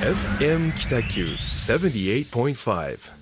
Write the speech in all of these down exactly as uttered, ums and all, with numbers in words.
エフエム 北九 セブンティエイトポイントファイブ。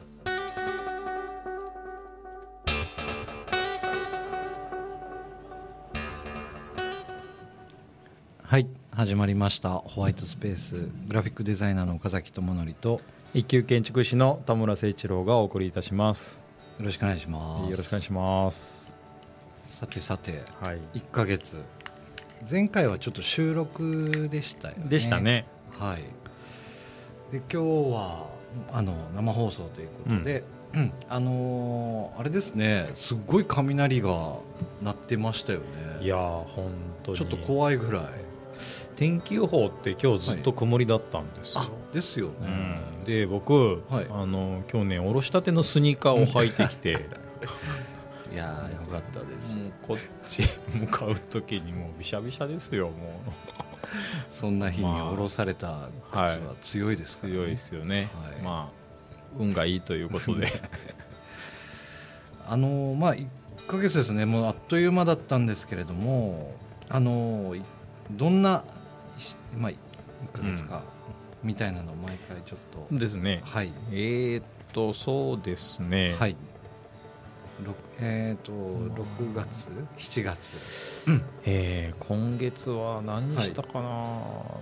はい、始まりましたホワイトスペース。グラフィックデザイナーの岡崎智則と一級建築士の田村誠一郎がお送りいたします。 よろしくお願いします。 よろしくお願いします。 さてさて、 はい、 いっかげつ、前回はちょっと収録でしたよね。 でしたね。 はい。で今日はあの生放送ということで、うんうん、あのー、あれですね、すっごい雷が鳴ってましたよね。 いやー本当にちょっと怖いぐらい。 天気予報って今日ずっと曇りだったんですよ。 はい、あですよね、 うん、で僕、はい、あの今日ねおろしたてのスニーカーを履いてきていやーよかったです。 もうこっち向かう時にもうびしゃびしゃですよ。もうそんな日に下ろされた靴は強いですからね。 強いですよね、はい、まあ運がいいということであのまあいっかげつですね、もうあっという間だったんですけれども、あのどんな、まあ、いっかげつか、うん、みたいなのを毎回ちょっとですね。 はい、 えー、っとそうですね、 はい、えー、っとろくがつしちがつ、うん、 えー、今月は何したかな、はい、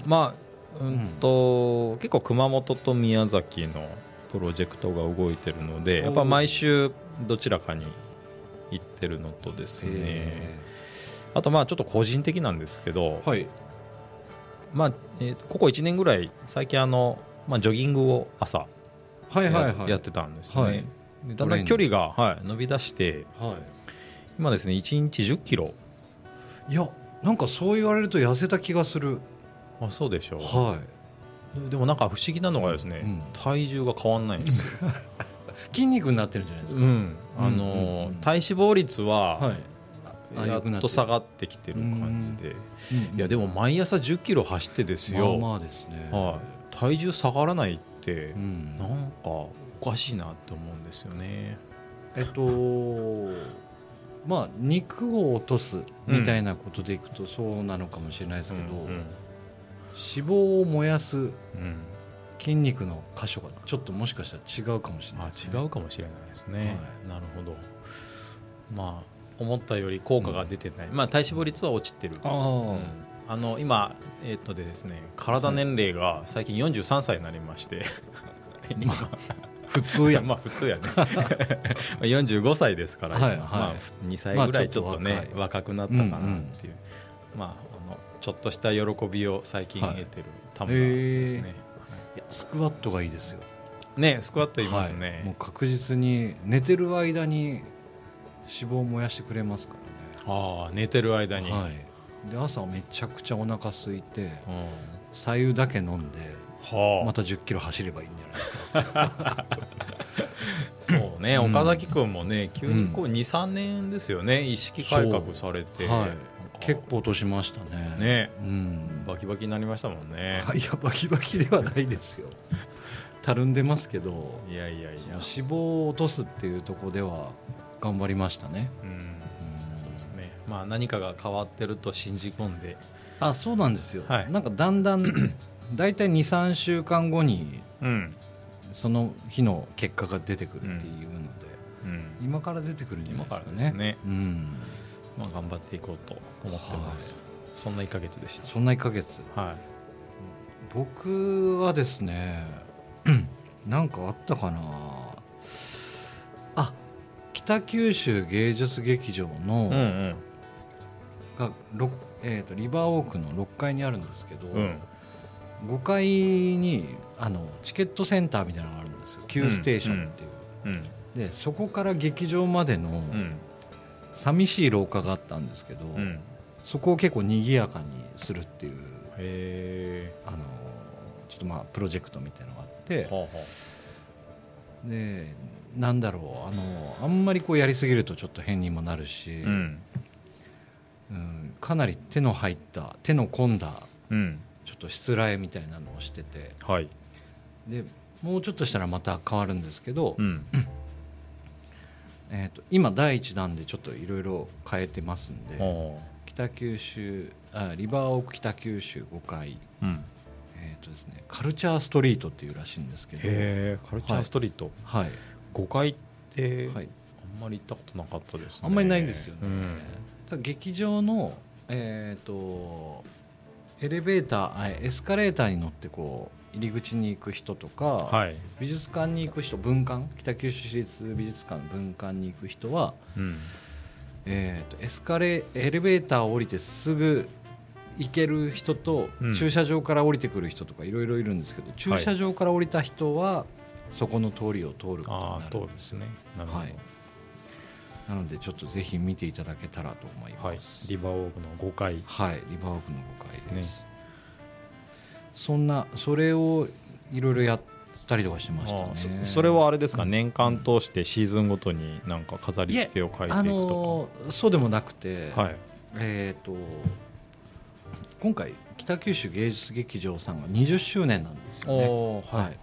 まあうんと、うん、結構熊本と宮崎のプロジェクトが動いてるので、やっぱ毎週どちらかに行ってるのとですね、あとまあちょっと個人的なんですけど、はい、まあえー、ここいちねんぐらい最近あの、まあ、ジョギングを朝 や,、はいはいはい、やってたんですよね、はい、だんだん距離が、はい、伸び出して、はい、今ですねいちにちじゅっキロ。 いやなんかそう言われると痩せた気がする。 あ、そうでしょう、 はい、 でもなんか不思議なのがですね、うん、体重が変わんないんですよ筋肉になってるんじゃないですか、 うん、あのーうんうん、体脂肪率は、はい、やっと下がってきてる感じで、うんうん、いやでも毎朝じゅっキロ走ってですよ、 まあまあですね、 はい、体重下がらないって、うん、なんかおかしいなって思うんですよね。 えっとまあ肉を落とすみたいなことでいくとそうなのかもしれないですけど、うんうん、脂肪を燃やす筋肉の箇所がちょっともしかしたら違うかもしれないですね。 あ、違うかもしれないですね、はい、なるほど。まあ思ったより効果が出てない、うん、まあ体脂肪率は落ちてる。あ、うん、あの今、えー、っとでですね、体年齢が最近よんじゅうさんさいになりまして、 まあ、普通やまあ普通やねよんじゅうごさいですから、はいはい、まあ、にさいぐらいちょっとね、まあ、若, 若くなったかなっていう、うんうん、まあ、あのちょっとした喜びを最近得てる田村ですね、はい、 スクワットがいいですよね。スクワットいいますね、 はい、もう確実に寝てる間に脂肪を燃やしてくれますからね。 ああ、寝てる間に、はい、 で朝めちゃくちゃお腹空いて、うん、白湯だけ飲んで、はあ、またじゅっキロ走ればいいんじゃないですかそうね、うん、岡崎君もね急にこう に,さん 年ですよね、意識改革されて、 はい、結構落としましたね。 ね、うん、バキバキになりましたもんね。 いやバキバキではないですよたるんでますけど、 いやいやいや、 脂肪を落とすっていうところでは頑張りましたね、うんうん、 そうですね、まあ、何かが変わってると信じ込んで。 あ、そうなんですよ、はい、なんかだんだんだいたい に,さん 週間後に、うん、その日の結果が出てくるっていうので、うんうん、今から出てくるんじゃないですかね。今からですね、うん、 まあ、頑張っていこうと思ってます、はい、そんないっかげつでした。 そんないっかげつ、はい、僕はですねなんかあったかなあ、北九州芸術劇場の、うんうん、がえー、とリバーオークのろっかいにあるんですけど、うん、ごかいにあのチケットセンターみたいなのがあるんですよ、Q ステーションっていう、うんうん、でそこから劇場までの寂しい廊下があったんですけど、うん、そこを結構賑やかにするっていう、へー、あのちょっとまあプロジェクトみたいなのがあって、はあはあ、でなんだろう、あのあんまりこうやりすぎるとちょっと変にもなるし、うんうん、かなり手の入った手の込んだ、うん、ちょっとしつらえみたいなのをしてて、はい、でもうちょっとしたらまた変わるんですけど、うんえー、と今だいいちだんでちょっといろいろ変えてますんで、北九州あリバーオーク北九州ごかい、うんえーとですね、カルチャーストリートっていうらしいんですけど。 へーカルチャーストリート、 はい、はい、 ごかいって、 はい、 あんまり行ったことなかったですね。 あんまりないんですよね、 うん、 だから劇場の、えーとエレベーターエスカレーターに乗ってこう入り口に行く人とか、はい、美術館に行く人、文館、北九州市立美術館文館に行く人は、うん、えーとエスカレエレベーターを降りてすぐ行ける人と、うん、駐車場から降りてくる人とかいろいろいるんですけど、駐車場から降りた人はそこの通りを通ることになるんですね。なるほど、はい、なのでちょっとぜひ見ていただけたらと思います、はい、 リバーウォークのごかい、 はい、リバーウォークのごかいですね。そんなそれをいろいろやったりとかしましたね。 そ, それはあれですか、うん、年間通してシーズンごとになんか飾り付けを変えていくとか。あのー、そうでもなくて、 はい、 えーと今回北九州芸術劇場さんがにじゅっしゅうねんなんですよね。はいはい、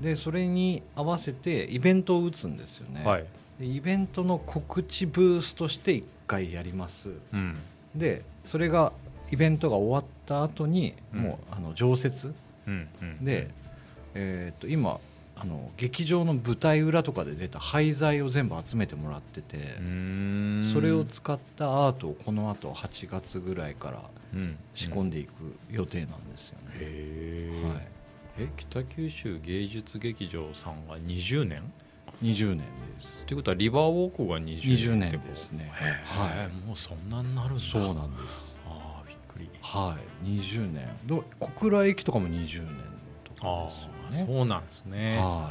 でそれに合わせてイベントを打つんですよね。はい、でイベントの告知ブースとしていっかいやります、うん、でそれがイベントが終わった後に、うん、もうあの常設、うんうん、で、えー、と今あの劇場の舞台裏とかで出た廃材を全部集めてもらってて、うーんそれを使ったアートをこの後はちがつぐらいから仕込んでいく予定なんですよね。うんうん、へー、はい、え北九州芸術劇場さんがにじゅうねんにじゅうねんです。 ということはリバーウォークがにじゅうねんってことですね。 はい、もうそんなになるんだ。 そうなんです。 あびっくり。 はい、にじゅうねんど小倉駅とかもにじゅうねんとかですよね。 そうなんですね。はい、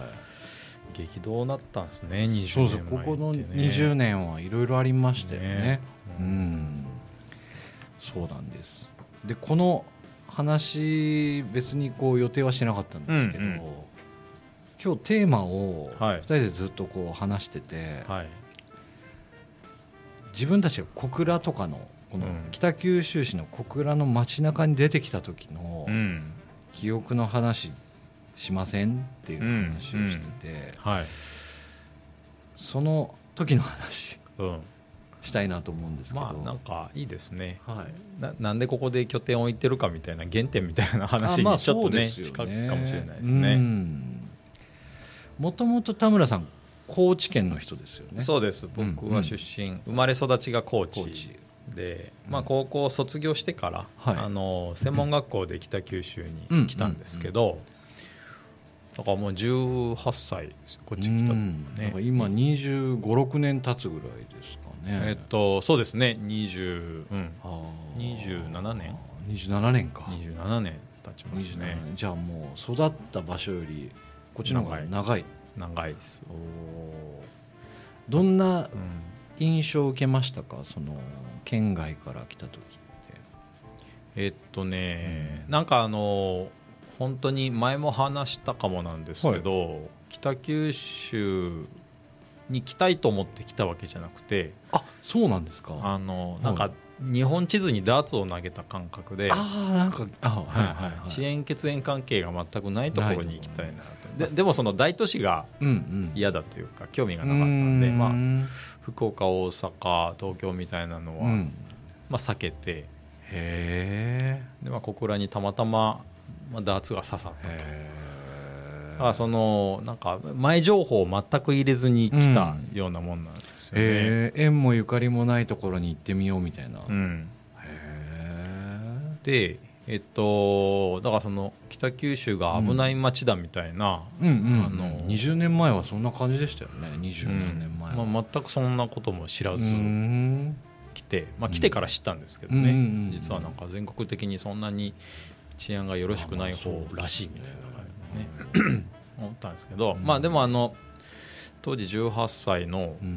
激動だったんですね。にじゅうねんまえってね。 そうそう、ここのにじゅうねんはいろいろありましたよね。ね、うん、うん、そうなんです。でこの話別にこう予定はしてなかったんですけど、うんうん、今日テーマをふたりでずっとこう話してて、はい、自分たちが小倉とかのこの北九州市の小倉の街中に出てきた時の記憶の話しませんっていう話をしてて、うんうんはい、その時の話、うんしたいなと思うんですけど、 まあなんかいいですね、はい、な, なんでここで拠点を置いてるかみたいな原点みたいな話にちょっと ね, ね近くかもしれないですね。 もともと田村さん高知県の人ですよね。 そうです。僕は出身、うん、生まれ育ちが高知で、まあ、高校を卒業してから、はい、あの専門学校で北九州に来たんですけど、うんうんうん、だからもうじゅうはっさいこっち来たのね。 今にじゅうご、ろくねん経つぐらいですかね。 えっとそうですねにじゅう、うん、にじゅうななねんにじゅうななねんかにじゅうななねん経ちますね。 じゃあもう育った場所よりこっちの方が長い長いです。 おどんな印象を受けましたか、その県外から来た時って。 えっとね、うん、なんかあの本当に前も話したかもなんですけど、はい、北九州に来たいと思って来たわけじゃなくて。 あ、そうなんですか。 あのなんか日本地図にダーツを投げた感覚で、 あなんかあ、はいはいはい、 遅延血縁関係が全くないところに行きたいなと。で, でもその大都市が嫌だというか、うんうん、興味がなかったんで、まあ、福岡大阪東京みたいなのは、うんまあ、避けて、へで、まあ、小倉にたまたま、まあ、ダーツが刺さったと。あそのなんか前情報を全く入れずに来たようなもんなんですよね。 へ縁もゆかりもないところに行ってみようみたいな。うん、 へで、えっと、だからその北九州が危ない街だみたいな、 うんうんうん、あのにじゅうねんまえはそんな感じでしたよね。にじゅうなんねんまえは、 うんまあ、全くそんなことも知らず来て、まあ、来てから知ったんですけどね、うん、実はなんか全国的にそんなに治安がよろしくない方らしいみたいなね、思ったんですけど、うん、まあでもあの当時じゅうはっさいの、うん、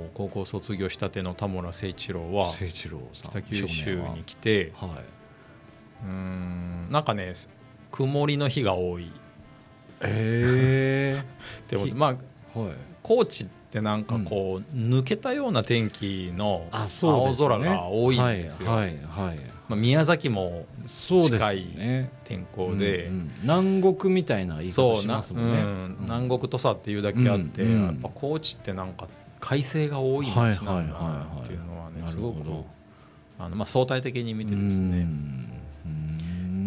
高校卒業したての田村誠一郎は北九州に来て、はい、うーんなんかね曇りの日が多い。 えー、でもまあ、はい、高知ってなんかこう、うん、抜けたような天気の青空が多いんですよ。はいはいはいまあ、宮崎も近い天候で、 うんうん、南国みたいな言い方しますもんね。 そうな、うん、南国土佐っていうだけあって、うんうん、やっぱ高知ってなんか快晴が多い街なんだなっていうのはねすごくあの、まあ、相対的に見てですね、うん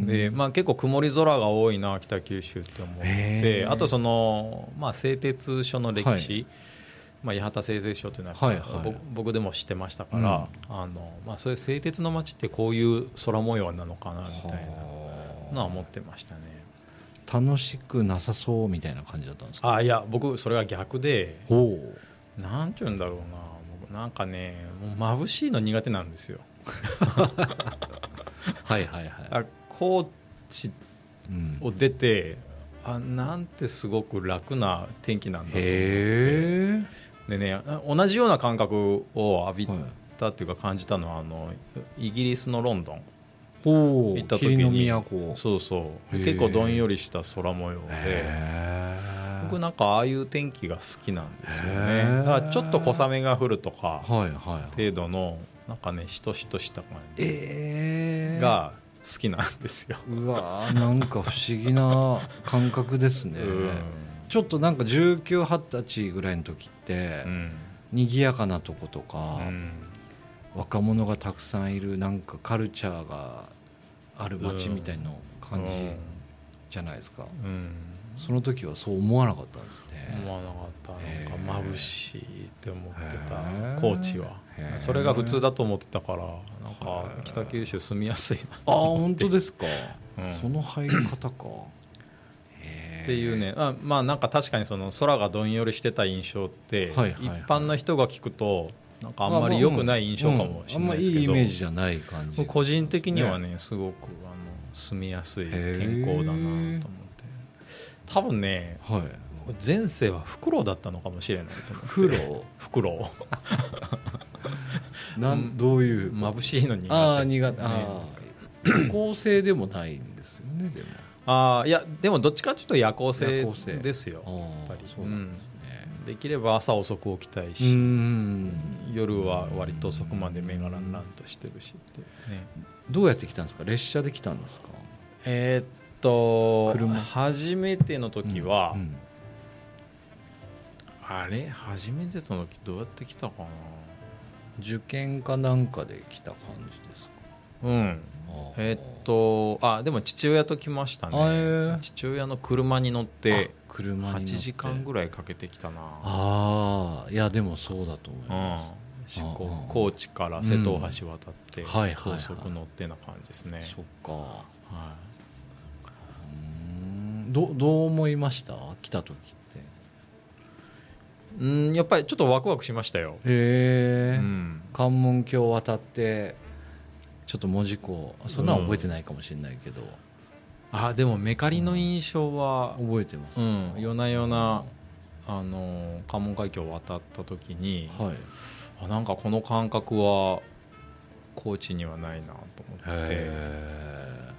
で、まあ、結構曇り空が多いな北九州って思ってあとその、まあ、製鉄所の歴史、はいまあ、八幡製鉄所というのは、はいはい、僕, 僕でも知ってましたから、うんあのまあ、そういう製鉄の街ってこういう空模様なのかなみたいなのは思ってましたね。 楽しくなさそうみたいな感じだったんですか？ あいや僕それが逆でなんて言うんだろうな僕なんかねもう眩しいの苦手なんですよはいはいはいあ高知を出て、うん、あなんてすごく楽な天気なんだと思ってへでね同じような感覚を浴びたっていうか感じたのはあのイギリスのロンドン行った時にそうそう結構どんよりした空模様で僕なんかああいう天気が好きなんですよね。だからちょっと小雨が降るとか程度のなんかねしとしとした感じが好きなんですよ。 うわなんか不思議な感覚ですね、うん、ちょっとなんかじゅうきゅう、はたちぐらいの時って、うん、賑やかなとことか、うん若者がたくさんいるなんかカルチャーがある街みたいな感じじゃないですか、うんうん、その時はそう思わなかったんですね。 思わなかったなんか眩しいって思ってた高知はそれが普通だと思ってたからなんか北九州住みやすいなと思って。あ本当ですか、 うん、その入り方かっていうねあまあなんか確かにその空がどんよりしてた印象って、はいはいはい、一般の人が聞くとなんかあんまり良くない印象かもしれないですけど、 あんまいいイメージじゃない感じ。 個人的にはねすごくあの住みやすい天候だなと思って多分ね、はい、前世はフクロウだったのかもしれないと思って。 フクロウフクロウなんどういう眩しいの苦手あ苦手あ夜行性でもないんですよね。でもあいやでもどっちかというと夜行性ですよやっぱりそうなんですね、うん、できれば朝遅く起きたいし夜は割と遅くまで目がランランとしてるしって、ね、 どうやって来たんですか？列車で来たんですか？ えー、っと初めての時は、うんうん、あれ初めての時どうやって来たかな。 受験かなんかで来た感じですか？ うんえー、っとあでも父親と来ましたね。父親の車に乗って車に乗ってはちじかんぐらいかけてきたなあいやでもそうだと思います、 うん、高知から瀬戸大橋渡って、うんはいはいはい、高速乗ってな感じですね。 そっか、はい、うん ど, どう思いました来た時って？ うんやっぱりちょっとワクワクしましたよ。 へえ、うん、関門橋渡ってちょっと門司港そんなの覚えてないかもしれないけど、うん、 あでもメカリの印象は、 うん、覚えてます、 うん、夜な夜なあの関門海峡を渡った時に、はい、あなんかこの感覚は高知にはないなと思ってへ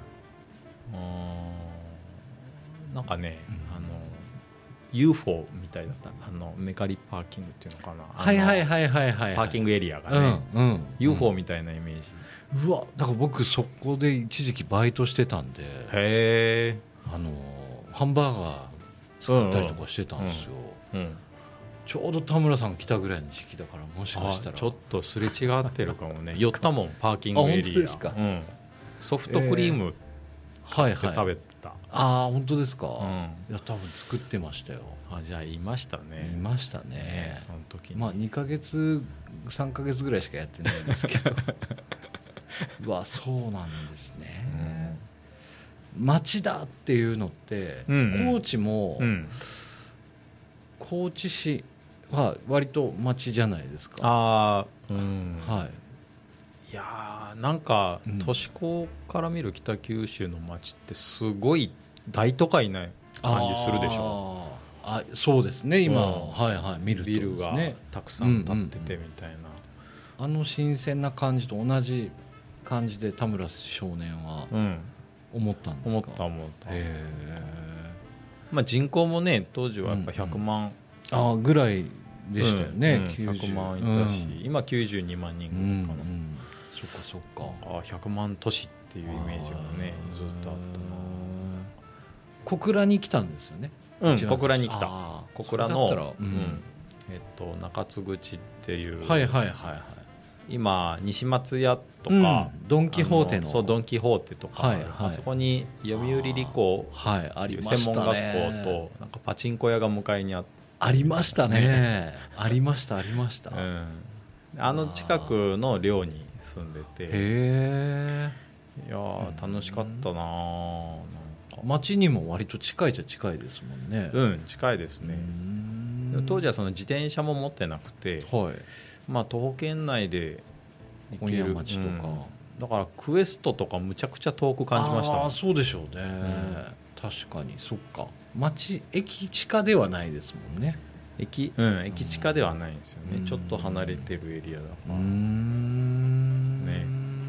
ーなんかね、うん、あの ユーフォー みたいだったあのメカリパーキングっていうのかなはいはいはいはいはいパーキングエリアがね、うんうん、ユーフォー みたいなイメージ。 うわだから僕そこで一時期バイトしてたんでへあのハンバーガー作ったりとかしてたんですよ、うんうんうん、ちょうど田村さん来たぐらいの時期だからもしかしたらちょっとすれ違ってるかもね寄ったもんパーキングエリア。あ本当ですか、うん、ソフトクリーム買って食べた、えーはいはい、 ああ本当ですか、うん、いや多分作ってましたよ。 あじゃあいましたね。 いましたね、 ねその時まあにかげつさんかげつぐらいしかやってないんですけどうわそうなんですね、うん、町だっていうのって、うんうん、高知も、うん、高知市は割と町じゃないですか。 あ、うんはい、 いやなんか、うん、都市高から見る北九州の町ってすごい大都会な感じするでしょ。 あそうですね今、うん、はいはい見ると、ね、 ビルがたくさん建っててみたいな、うんうんうん、あの新鮮な感じと同じ感じで田村少年は思ったんですか？ 思った思った。へまあ人口もね当時はやっぱひゃくまん、うんうん、あぐらいでしたよね、うんうん、 ひゃくまんいたし、うん、今きゅうじゅうにまんにんぐらいかな、うんうん、 そっかそっかあひゃくまん都市っていうイメージがねずっとあったな。 小倉に来たんですよね。 うん小倉に来た小倉の、うんうんえっと、中津口っていうはいはいはいはい今西松屋とか、 うん、ドン・キホーテのそうドン・キホーテとか、 はいはい、 あそこに読売理工っていう専門学校となんかパチンコ屋が向かいにあって、 ありましたねありましたありました、うん、 あの近くの寮に住んでて、 へえ、 いや楽しかったな、なんか街にも割と近いじゃ近いですもんね。 うん近いですね。当時はその自転車も持ってなくて、はい、まあ徒歩圏内で行ける本屋町とか、うん、 だからクエストとかむちゃくちゃ遠く感じましたもん。 あそうでしょうね、うん、確かにそっか、町駅地下ではないですもんね。 駅、うん、駅地下ではないんですよね、うん、ちょっと離れてるエリアだからうーんですね。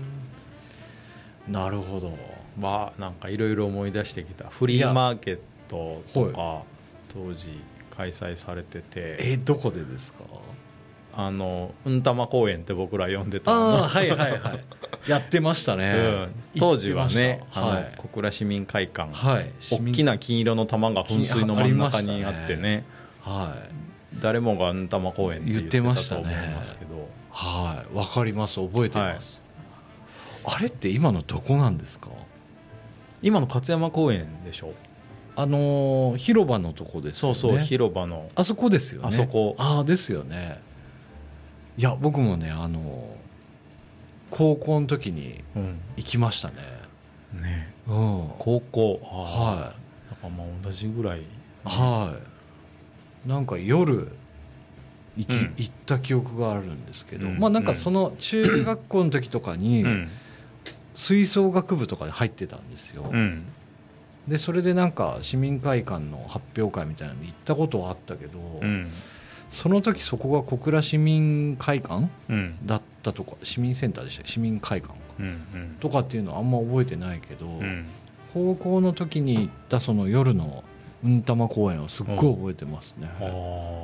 なるほど。 まあなんかいろいろ思い出してきた。フリーマーケットとか当時開催されてて、 えどこでですか？ あのうんたま公園って僕ら呼んでたの。あはいはいはいやってましたね、うん、 当時はね、はい、小倉市民会館、はい、大きな金色の玉が噴水の真ん中にあってね、はい、誰もがうんたま公園って言ってたと思いますけど、 はいわかります、覚えてます、はい、あれって今のどこなんですか？ 今の勝山公園でしょ。 あのー、広場のとこですよね。 そうそう広場のあそこですよね。 あそこあですよね。いや僕もねあのー、高校の時に行きましたね、 うん、ね、うん、高校あはいだからまあ同じぐらい、ね、 はいなんか夜行き、うん、行った記憶があるんですけど、うん、まあなんかその中学校の時とかに、うん、吹奏楽部とかに入ってたんですよ、うん、でそれでなんか市民会館の発表会みたいなのに行ったことはあったけど、うん、その時そこが小倉市民会館、うん、だったとか市民センターでした市民会館か、うんうん、とかっていうのはあんま覚えてないけど、うん、高校の時に行ったその夜のうんたま公園をすっごい覚えてますね、うん、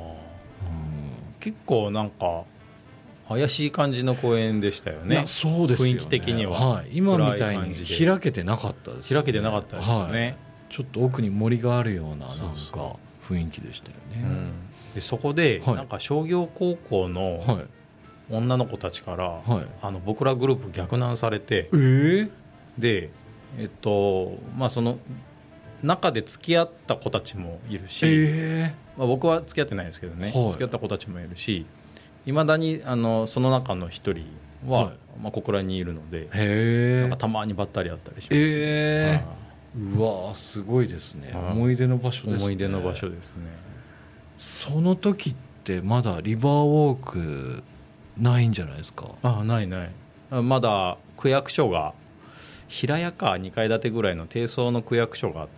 結構なんか怪しい感じの公園でしたよね。 いやそうですよね、 雰囲気的には、 はい、今みたいに開けてなかったです、ね、 開けてなかったですよね、はい、 ちょっと奥に森があるようななんか雰囲気でしたよね。 うん、でそこでなんか商業高校の女の子たちから、はい、あの僕らグループ逆難されて、 えー、 でえっとまあその中で付き合った子たちもいるし、えーまあ、僕は付き合ってないですけどね、はい、付き合った子たちもいるしいまだにあのその中の一人は、はいまあ、小倉にいるのでへなんかたまにばったり会ったりします、ねえー、うわすごいですね。思い出の場所ですね。 思い出の場所ですね。 その時ってまだリバーウォークないんじゃないですか？ あないないまだ区役所が平屋かにかい建てぐらいの低層の区役所があって、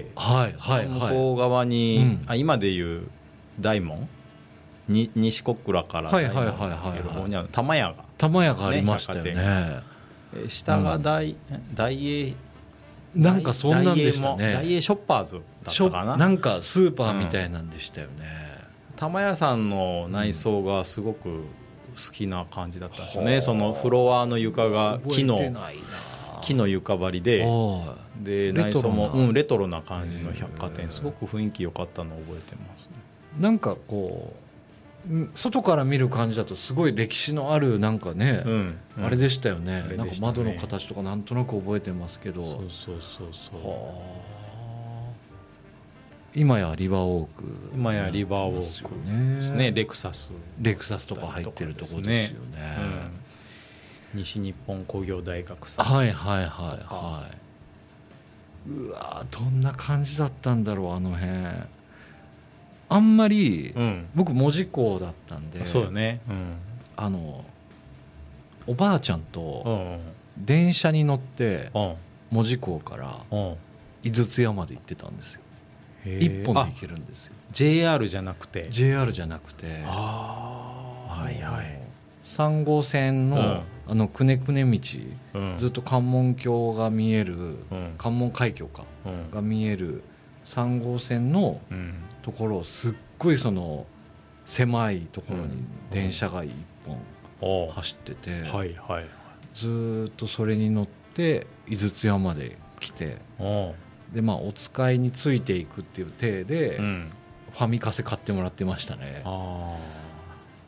はいはいはい、その向こう側に、うん、あ今でいう大門に西小倉から大門に行ける方には玉屋が、 玉屋がありましたよね。 下が大、うん、大英なんかそんなんでしたね。 大英ショッパーズだったかな。 なんかスーパーみたいなんでしたよね、 うん、玉屋さんの内装がすごく好きな感じだったんですよね、うん、そのフロアの床が木の木の床張りで、で内装もレト,、うん、レトロな感じの百貨店、すごく雰囲気良かったのを覚えてますね。 なんかこう外から見る感じだとすごい歴史のあるなんかね、うんうん、あれでしたよね。なんか窓の形とかなんとなく覚えてますけど、そうそうそうそう今やリバーウォーク、 今やリバーウォークですね。レクサスレクサスとか入ってるところですよね、 うん、西日本工業大学さん、 はいはいはいはい。うわどんな感じだったんだろうあの辺。あんまり、うん、僕門司港だったんで、 そうだね、うん、 あのおばあちゃんと電車に乗って門司港から井筒屋まで行ってたんですよ。一本で行けるんですよ。 ジェイアール じゃなくてジェイアール じゃなくてああはいはいさん号線の、うん、あのくねくね道、うん、ずっと関門橋が見える、うん、関門海峡か、うん、が見えるさん号線のところをすっごいその狭いところに電車がいっぽん走ってて、うんはいはい、ずっとそれに乗って井筒屋まで来て、でまあお使いについていくっていう体で、うん、ファミカセ買ってもらってましたね。あ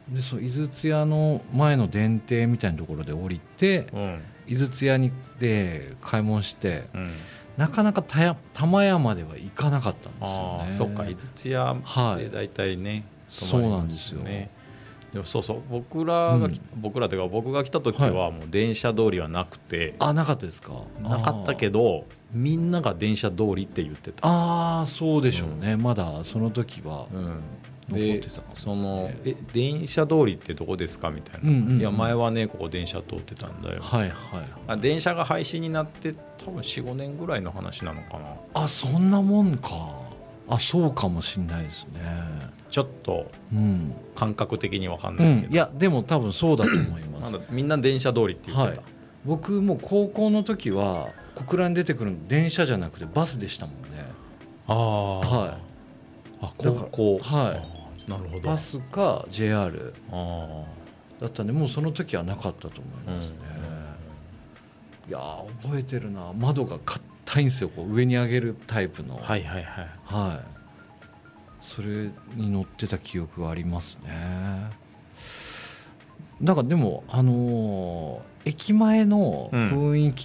でその井筒屋の前の電停みたいなところで降りて、うん、井筒屋にで買い物して、うん、なかなかたや玉屋までは行かなかったんですよね。 あそうか井筒屋で大体ね、はい、 そうなんですよね。 でもそうそう僕らが、うん、僕らというか僕が来た時はもう電車通りはなくて、 はい、あなかったですか。 なかったけどみんなが電車通りって言ってた。 ああそうでしょうね、うん、まだその時は、 うん、でそのえ電車通りってどこですかみたいな、うんうんうん、いや前はねここ電車通ってたんだよ、 はいはい、 あ電車が廃止になって多分 よん,ご 年ぐらいの話なのかな。 あそんなもんか。あそうかもしれないですね。 ちょっと感覚的に分かんないけど、 うん、いやでも多分そうだと思います。 なんだみんな電車通りって言ってた、はい、 僕も高校の時は小倉に出てくるの電車じゃなくてバスでしたもんね。 ああ、 はい、 あ高校はいなるほど。 バスか ジェイアール だったんでもうその時はなかったと思いますね、うん、いや覚えてるな。窓が硬いんですよこう上に上げるタイプの。 はいはいはい、 はい、それに乗ってた記憶がありますね。だからでもあのー、駅前の雰囲気って、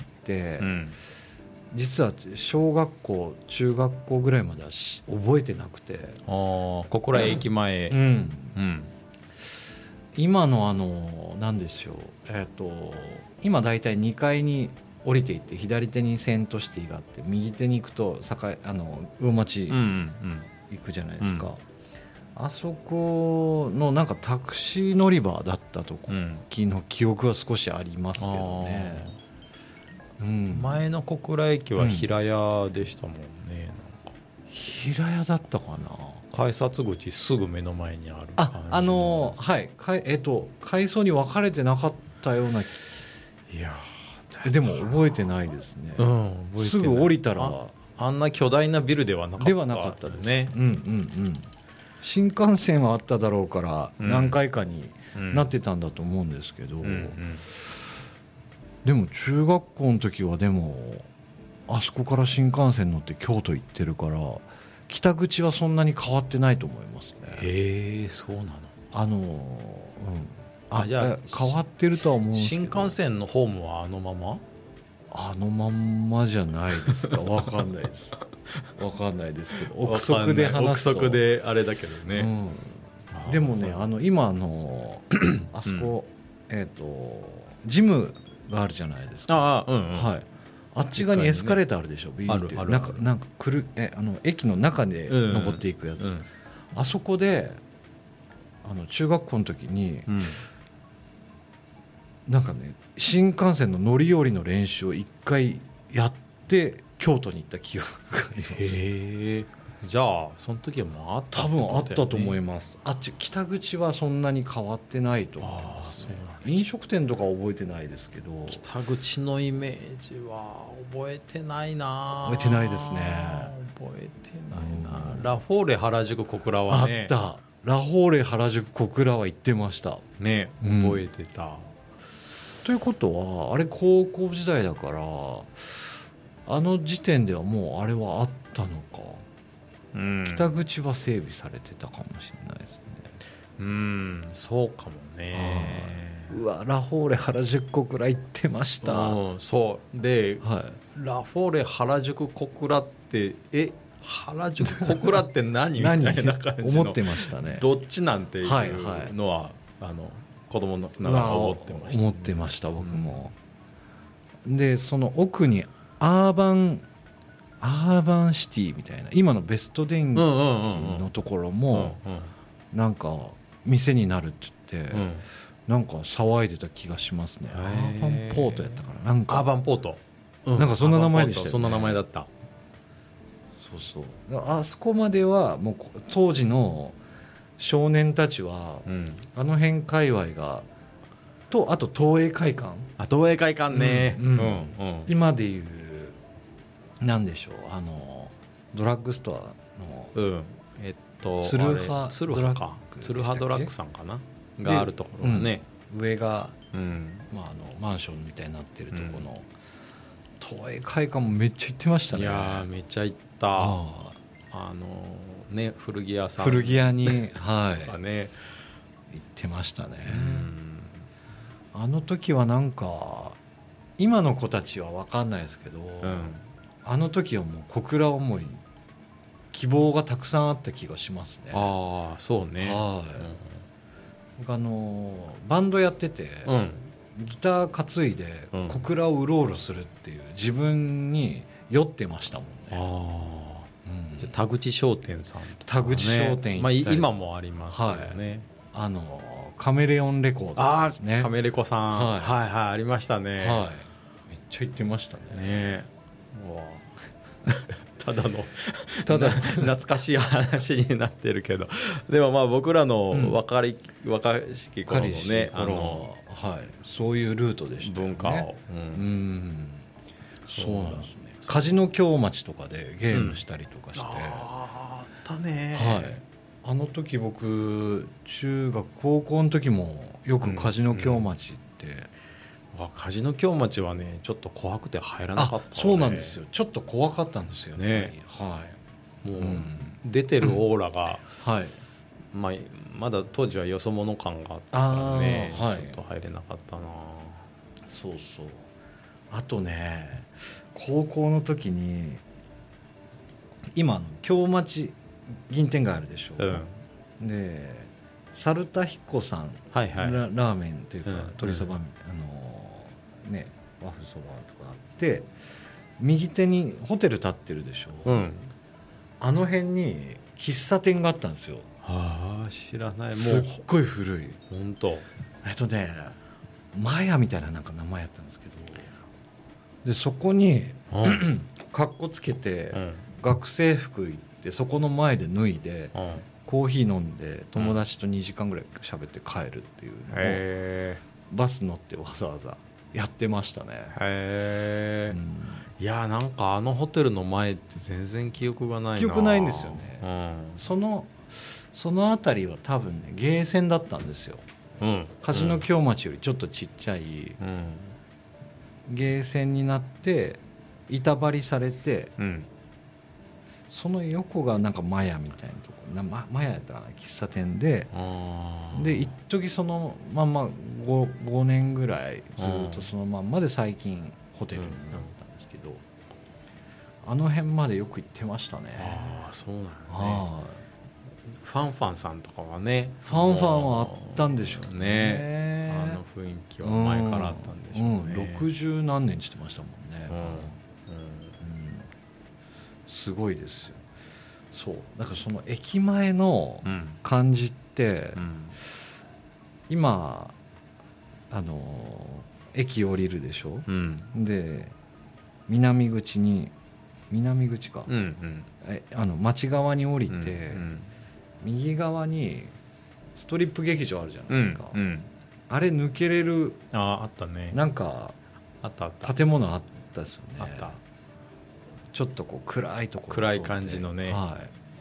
うんうん、実は小学校中学校ぐらいまでは覚えてなくて。 あ小倉駅前、 うんうん、今のあのなんですよ、えーと、今だいたいにかいに降りていって左手にセントシティがあって右手に行くと栄あの魚町行くじゃないですか、うんうんうん、あそこのなんかタクシー乗り場だったときの記憶は少しありますけどね、 うん、前の小倉駅は平屋でしたもんね、うん、なんか平屋だったかな。 改札口すぐ目の前にある感じ。 あ、あのー、はいかえっと階層に分かれてなかったような。いやでも覚えてないですね、 うん、覚えてない。 すぐ降りたら あ, あんな巨大なビルではなかったではなかったですね、うんうんうん、新幹線はあっただろうから何回かになってたんだと思うんですけど、うんうんうん、でも中学校の時はでもあそこから新幹線乗って京都行ってるから北口はそんなに変わってないと思いますね。 へえそうなの。 あの、うん、あじゃあ変わってるとは思うんですけど新幹線のホームはあのままあのまんまじゃないですか。分かんないです分かんないですけど憶測で話すと憶測であれだけどね、 うん、でもねあの今のあそこ、うん、えっ、ー、とジムがあるじゃないですか。 ああ、うんうん、 はい、あっち側にエスカレーターあるでしょ、ビーってなんかなんか来るえあの駅の中で登っていくやつ、うんうん、あそこであの中学校の時に、うん、なんかね新幹線の乗り降りの練習を一回やって京都に行った記憶があります。 へえ。じゃあその時はもうあったってことだよね。 多分あったと思います。あっち北口はそんなに変わってないと思いますね。あ飲食店とか覚えてないですけど北口のイメージは覚えてないな。 覚えてないですね。 覚えてないな、うん、ラフォーレ原宿小倉はねあったラフォーレ原宿小倉は行ってましたね。覚えてた、うん、 ということはあれ高校時代だからあの時点ではもうあれはあったのか、うん、北口は整備されてたかもしれないですね。 うんそうかもね。 うわラフォーレ原宿小倉行ってました、 うん、そうで、 はい、 ラフォーレ原宿小倉ってえ原宿小倉って何みたいな感じの思ってましたね。 どっちなんていうのは、はいはい、あの子供のながら思ってました、ね、 思ってました僕も、うん、でその奥にアーバンアーバンシティみたいな今のベスト電機のところもなんか店になるって言って、うん、なんか騒いでた気がしますね。アーバンポートやったからなんかアーバンポート、 うん、なんかそんな名前でしたよね。 そんな名前だった。 そうそうあそこまではもう当時の少年たちは、うん、あの辺界隈がとあと東映会館あ東映会館ね、うんうんうん、 今でいうなんでしょうあのドラッグストアの、 うん、えっとツルハツルハかツルハドラッグさんかながあるところがね、 うん、上が、うんまあ、あのマンションみたいになってるところの、うん、東映会館もめっちゃ行ってましたね。 いやめっちゃ行ったああのね古着屋さん古着屋にはいね行ってましたね。あの時はなんか今の子たちは分かんないですけど、うん、あの時はもう小倉思い希望がたくさんあった気がしますね。 ああそうね。はい、 うん、僕あのバンドやってて、うん、ギター担いで小倉をうろうろするっていう自分に酔ってましたもんね。あ、 うん、じゃ田口商店さんとか、ね、 田口商店行ったり、 まあ、今もありますけどね、はい、 あのカメレオンレコードですね。 あカメレコさん、はい、はいはいありましたね、はい、 めっちゃ行ってましたね。 ねもうただのただ懐かしい話になってるけどでもまあ僕らの若い、うん、若しき頃のねあの、 はい、そういうルートでしたよね。 文化を、うん、 うんそうなんですね。梶野京町とかでゲームしたりとかして、うん、ああったね、 はい、あの時僕中学高校の時もよく梶野京町って、 うんうん、梶野京町はねちょっと怖くて入らなかった、ね、 そうなんですよ。ちょっと怖かったんですよ ね, ね、はい、 もう、うん、出てるオーラが、うんはいまあ、まだ当時はよそ者感があったからね、はい、ちょっと入れなかったな。 そうそうあとね高校の時に今の京町銀天街あるでしょ、うん、で猿田彦さん、はいはい、ラ, ラーメンというか、うん、鶏そば、うん、あのね和風そばとかあって右手にホテル建ってるでしょ、うん、あの辺に喫茶店があったんですよ。 はあ知らない。もうすっごい古い。 本当。 えっとねマヤみたいななんか名前やったんですけどでそこにかっこつけて、うん、学生服行ってそこの前で脱いで、うん、コーヒー飲んで友達とにじかんぐらい喋って帰るっていうのを、へーバス乗ってわざわざやってましたね。 へー、うん、いやなんかあのホテルの前って全然記憶がないな。 記憶ないんですよね、うん、そのその辺りは多分ねゲーセンだったんですよ、うん、梶野京町よりちょっとちっちゃい、うんゲーセンになって板張りされて、うん、その横がなんかマヤみたいなとこな、ま、マヤやったかな喫茶店でで一時そのまんま 5, 5年ぐらいずっとそのまんまで最近ホテルになったんですけど、うん、あの辺までよく行ってましたね。 ああそうなんだね。ファンファンさんとかはねファンファンはあったんでしょう ね, ねあの雰囲気は前からあったんでしょうね、うんうん、 ろくじゅう何年してましたもんね、うんうんうん、すごいですよ。そうだからその駅前の感じって、うん、今あの駅降りるでしょ、うん、で南口に南口か、うんうん、えあの町側に降りて、うんうん右側にストリップ劇場あるじゃないですか、うんうん、あれ抜けれるああったねなんかあったあった建物あったですよね。 あったちょっとこう暗いところ暗い感じのね、はい、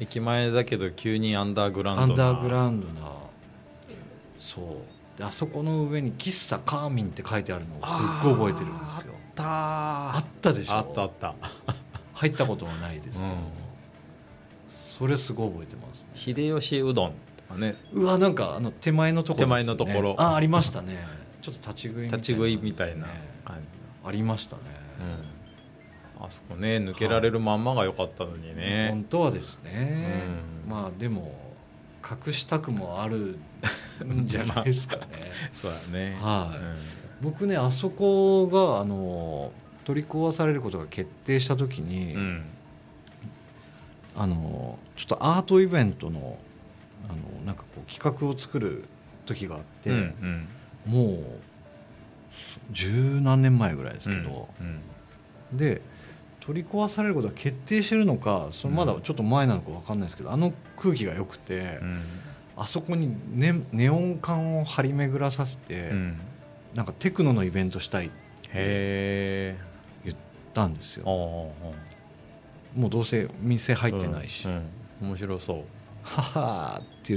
駅前だけど急にアンダーグラウンドなアンダーグラウンドなそうであそこの上に喫茶カーミンって書いてあるのをすっごい覚えてるんですよ。 あったあったでしょ。 あったあった入ったことはないですけど、うんそれすごい覚えてますね。 秀吉うどんとかねうわなんかあの手前のところですね。 手前のところあ, ありましたね。ちょっと立ち食いみたいな、ね、 立ち食いみたいな感じありましたね、 うん、あそこね抜けられるまんまが良かったのにね、 はい、本当はですね、うん、まあでも隠したくもあるんじゃないですかねそうだね、 はい、うん、僕ねあそこがあの取り壊されることが決定した時に、うんあのちょっとアートイベントの、あのなんかこう企画を作る時があって、うんうん、もう十何年前ぐらいですけど、うんうん、で取り壊されることが決定してるのかそのまだちょっと前なのか分かんないですけど、うん、あの空気が良くて、うん、あそこに ネ, ネオン管を張り巡らさせて、うん、なんかテクノのイベントしたいって言ったんですよ。もうどうせ店入ってないし、うんうん、面白そうははって言って、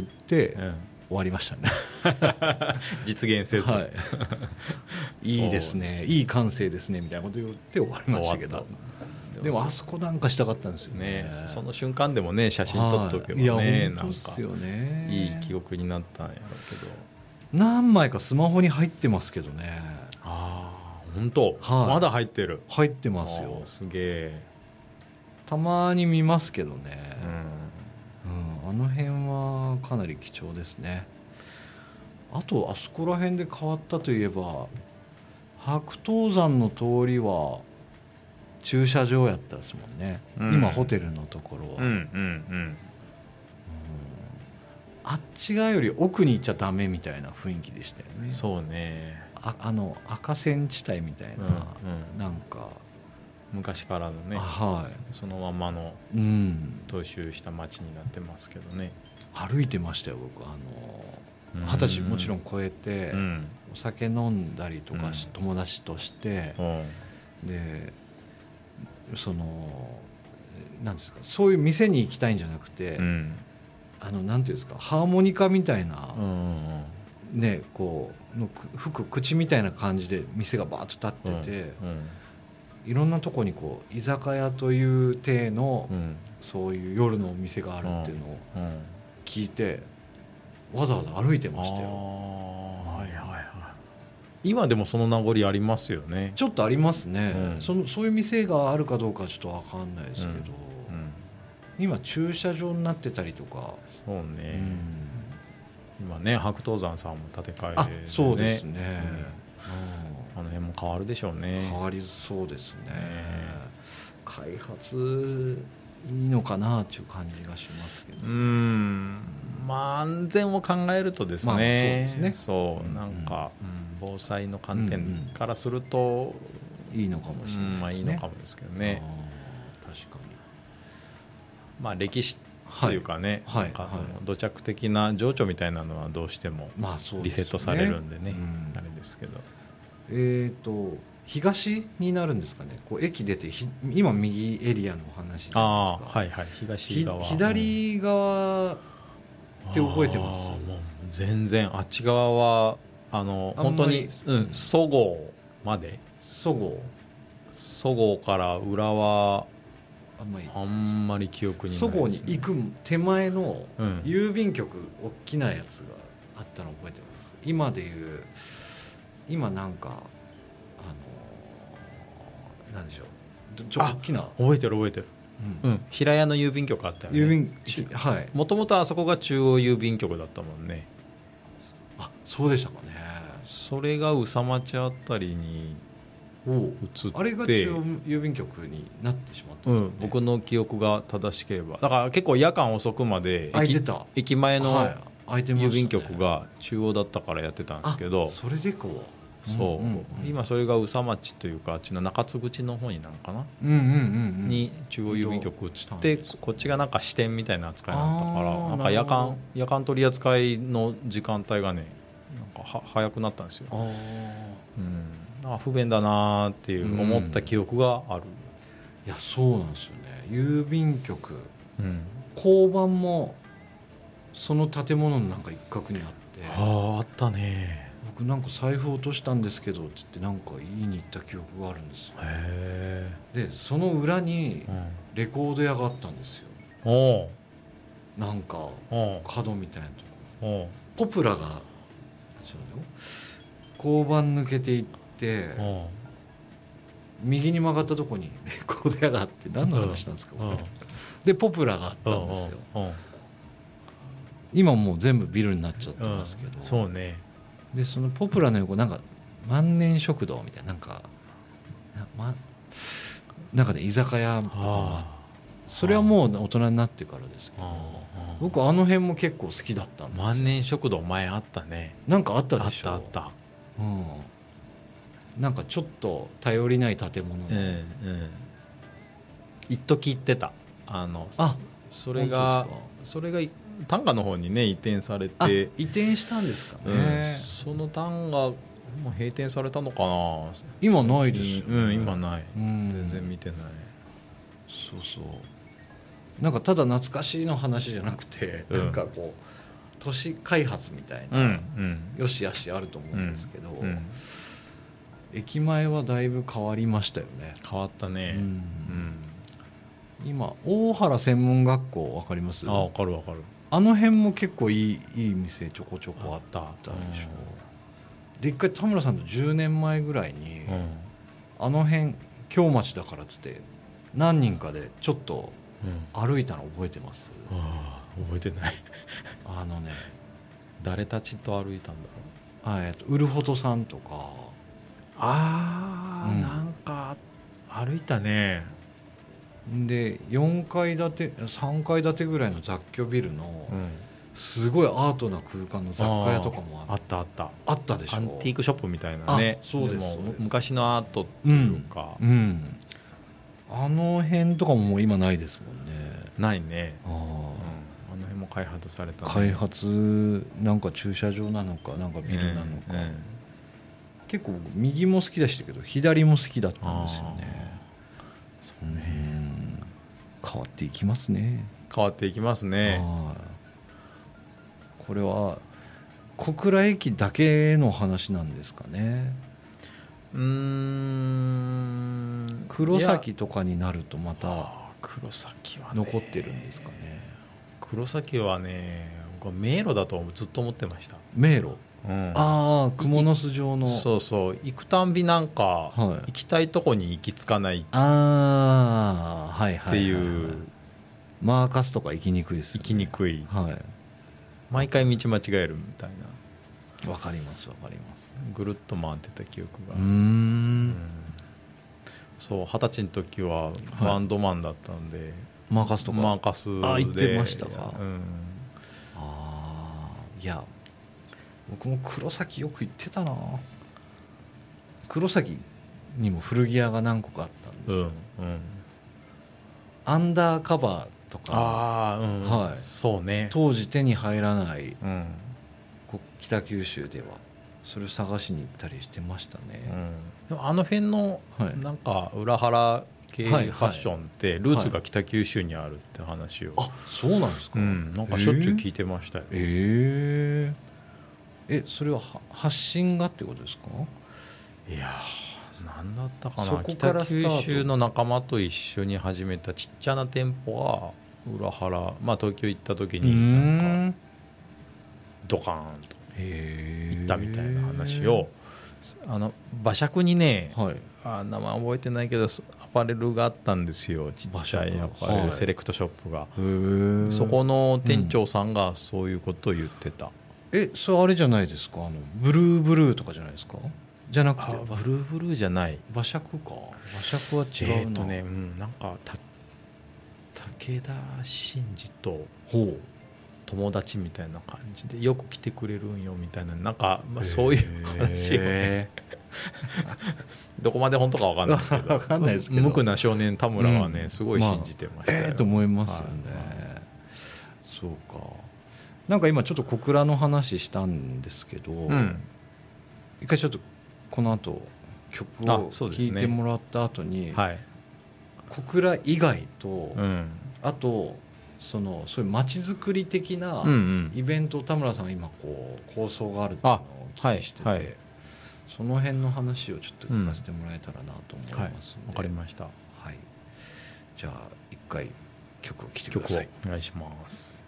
うん、終わりましたね実現せず、はい、 いいですねいい感性ですねみたいなこと言って終わりましたけどでもあそこなんかしたかったんですよ ね, ねその瞬間でもね写真撮っとけばね、 はい、いやなん本当ですよね、 いい記憶になったんやろうけど何枚かスマホに入ってますけどね。 ああ本当、 はい、 まだ入ってる。 入ってますよ。 すげえ。 たまに見ますけどね、 うんうん、あの辺はかなり貴重ですね。あとあそこら辺で変わったといえば白頭山の通りは駐車場やったですもんね、うん、今ホテルのところは、うんうんうんうん、あっち側より奥に行っちゃダメみたいな雰囲気でしたよね。 そうね。 あ, あの赤線地帯みたいな、うんうん、なんか昔からのね、 はい、 そのままの踏襲した街になってますけどね、 うん、歩いてましたよ僕。あの二十歳もちろん超えて、うん、お酒飲んだりとかし、うん、友達として、うん、でそのなんですかそういう店に行きたいんじゃなくて、うん、あのなんていうんですかハーモニカみたいな、うんうん、ねこうの吹く口みたいな感じで店がバーッと立ってて、うんうん、いろんなとこにこう居酒屋という体の、うん、そういう夜のお店があるっていうのを聞いて、わざわざ歩いてましたよ。 あ、はいはいはい、今でもその名残ありますよね。 ちょっとありますね、うん、そのそういう店があるかどうかはちょっと分かんないですけど、うんうん、今駐車場になってたりとか。 そうね、うん、今ね白頭山さんも建て替えで、ね、 あそうですね、 うん、あの辺も変わるでしょうね。 変わりそうですね、開発いいのかなっていう感じがしますけど、 うん、まあ安全を考えるとですね、まあ、そうですね、そうなんか、うん、防災の観点からすると、 うんうん、いいのかもしれないですね、 うん、まあいいのかもですけどね。 確かにまあ歴史というかね、はい、なんかその土着的な情緒みたいなのはどうしてもリセットされるんでね、まあ、うん、あれですけど、 えっと東になるんですかね。こう駅出て今右エリアの話じゃないですか。 あ、はいはい、東側、 左側って覚えてます？ もう全然あっち側はあの本当に、うん、そごうまで、 そごうそごうから裏はあんまり、あんまり記憶にないですね。 そごうに行く手前の郵便局、大きなやつがあったの覚えてます。今でいう今なんかなんでしょう、ちょっと大きな、 覚えてる覚えてる、うんうん、平屋の郵便局あったよね。郵便、はい、もともとあそこが中央郵便局だったもんね。 あ、そうでしたかね。 それが宇佐町あたりに移って、 あれが中央郵便局になってしまったんですよね、 うん、僕の記憶が正しければ。だから結構夜間遅くまで 駅, 駅前の郵便局が中央だったからやってたんですけど、 はい、それでこうそう、うんうんうん、今それが宇佐町というかあっちの中津口の方になるかな、 うんうんうんうん、 に中央郵便局移って、こっちがなんか支店みたいな扱いになったから、なんか夜間夜間取り扱いの時間帯がねなんかは早くなったんですよ。あ、うん、あ不便だなっていう思った記憶がある、うん、いやそうなんですよね。郵便局、うん、交番もその建物のなんか一角にあって、 あああったね。 僕なんか財布落としたんですけどって言ってなんか言いに行った記憶があるんですよ。へでその裏にレコード屋があったんですよ、うん、なんか角みたいなところ、ポプラが交番抜けていって右に曲がったとこにレコード屋があって、何の話なんですかこれでポプラがあったんですよ。今もう全部ビルになっちゃってますけど、 うん、そうね。 でそのポプラの横なんか万年食堂みたいななんか な,、ま、なんかね居酒屋とかも、それはもう大人になってからですけど、僕あの辺も結構好きだったんですよ。 万年食堂前あったね。 なんかあったでしょ。 あったあった、 うん、なんかちょっと頼りない建物の、うんうん、 一時行ってた。あのあそれがそれが丹賀の方にね移転されて、 移転したんですかね、 うん、その丹賀も閉店されたのかな。 今ないですよね、 うん、今ない、うん、全然見てない。 そうそうなんかただ懐かしいの話じゃなくて、うん、なんかこう都市開発みたいな、うんうん、よしあしあると思うんですけど、うんうん、 駅前はだいぶ変わりましたよね。 変わったね、 うんうん今大原専門学校わかります？ あ分かる分かる。 あの辺も結構いいいい店ちょこちょこあっあったあったたでしょ。で一回田村さんとじゅうねんまえぐらいに、 うん、 あの辺京町だからっつって何人かでちょっとうん、 歩いたの覚えてます？ ああ覚えてないあのね誰たちと歩いたんだろう。 あえっとウルフォトさんとかああ、 うんなんか歩いたね。 でよんかい建てさんかい建てぐらいの雑居ビルのうんすごいアートな空間の雑貨屋とかもあったあったあったでしょ。 アンティークショップみたいなね。 あそうですもそうです昔のアートっていうか、 うん、うんあの辺とかももう今ないですもんね。 ないね、 あうん、あの辺も開発された、ね、 開発なんか駐車場なのかなんかビルなのか、 うんうん結構僕右も好きでしたけど左も好きだったんですよね。 そうね、 うん変わっていきますね。 変わっていきますね。 はいこれは小倉駅だけの話なんですかね。 うーん黒崎とかになるとまた黒崎はね残ってるんですかね。 黒崎はね僕は迷路だとずっと思ってました。 迷路、 うん、 ああ蜘蛛の巣状のそうそう行くたんびなんか、 はい、 行きたいとこに行き着かないああはいはい、はい、 っていうマーカスとか行きにくいですよね。 行きにくい、 はい、 毎回道間違えるみたいな。 わかりますわかります。 ぐるっと回ってた記憶が。 うーん、 うん、そう二十歳の時はバンドマンだったんで、はい、 マーカスとかマーカスであ行ってましたか。 うん、 ああいや僕も黒崎よく行ってたな。黒崎にも古着屋が何個かあったんですよ、 うんうん、 アンダーカバーとかああ、うん、 はい、 そうね当時手に入らない、 うん、 こ北九州ではそれを探しに行ったりしてましたね、 うん、でもあの辺のなんか裏腹系ファッションってルーツが北九州にあるって話を、 はいはい、あそうなんですか、 うん、なんかしょっちゅう聞いてましたよ。 えー、えそれは発信がってことですか？ いや何だったかな。 そこから北九州の仲間と一緒に始めたちっちゃな店舗は裏腹、まあ、東京行った時になんかドカーンと行ったみたいな話をあの馬借にね、はい、あ名前覚えてないけどアパレルがあったんですよ。ちっちゃいアパレル、はい、セレクトショップが。そこの店長さんがそういうことを言ってた、 うん、えそれあれじゃないですか、あのブルーブルーとかじゃないですか？じゃなくてブルーブルーじゃない、 馬借か。馬借は違うな。 えーっとね、うん、なんかた武田真治と友達みたいな感じでよく来てくれるんよみたいな、なんか、まあ、そういう話をねどこまで本当か分かんないけど分かんないですけど無垢な少年田村はね、うん、すごい信じてましたよ、 まあ、えー、と思いますよね、はい、そうか。なんか今ちょっと小倉の話したんですけど、うん、一回ちょっとこの後曲を聴いてもらった後に、ね、はい、小倉以外と、うん、あとそのそういう街づくり的なイベントを田村さんが今こう構想があるっていうのをお聞きしてて、はいはい、その辺の話をちょっと聞かせてもらえたらなと思いますので、 わ、うん、はい、かりました、 はい、じゃあ一回曲を聴いてください。 曲をお願いします。